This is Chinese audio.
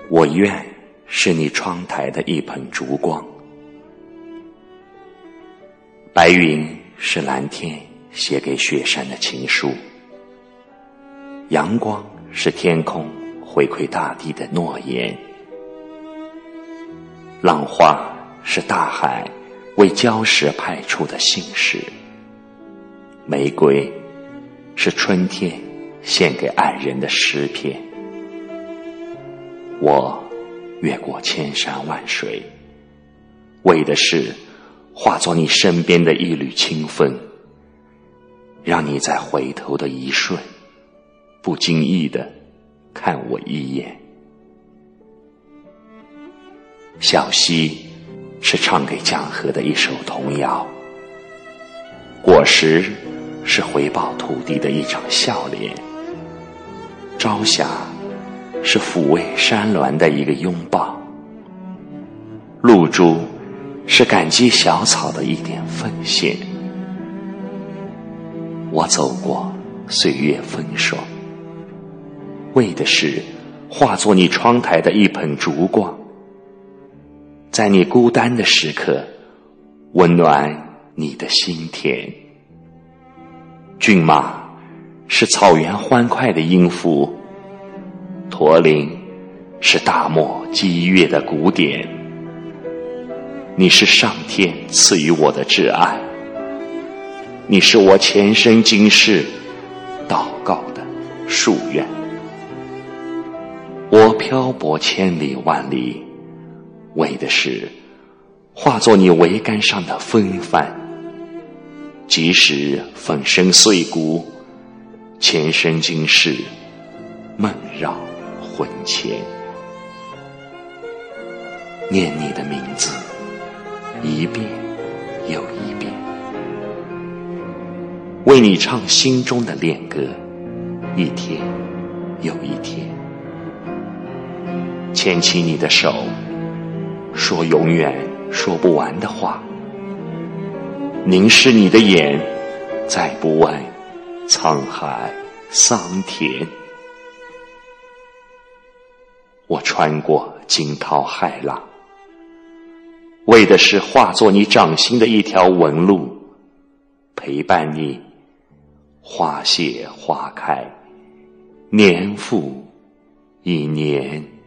我愿是你窗台的一盆烛光。白云是蓝天写给雪山的情书，阳光是天空回馈大地的诺言，浪花是大海为礁石派出的信使，玫瑰是春天献给爱人的诗篇。我越过千山万水，为的是化作你身边的一缕清风，让你在回头的一瞬不经意地看我一眼。小溪是唱给江河的一首童谣，果实是回报土地的一场笑脸，朝霞是抚慰山峦的一个拥抱，露珠是感激小草的一点奉献。我走过岁月风霜，为的是化作你窗台的一盆烛光，在你孤单的时刻温暖你的心田。骏马是草原欢快的音符，驼铃是大漠激越的鼓点。你是上天赐予我的挚爱，你是我前生今世祷告的夙愿。我漂泊千里万里，为的是化作你桅杆上的风帆，即使粉身碎骨，前生今世梦绕魂牵。念你的名字一遍又一遍，为你唱心中的恋歌，一天又一天。牵起你的手，说永远说不完的话，凝视你的眼，再不问沧海桑田。我穿过惊涛骇浪，为的是化作你掌心的一条纹路，陪伴你花谢花开，年复一年。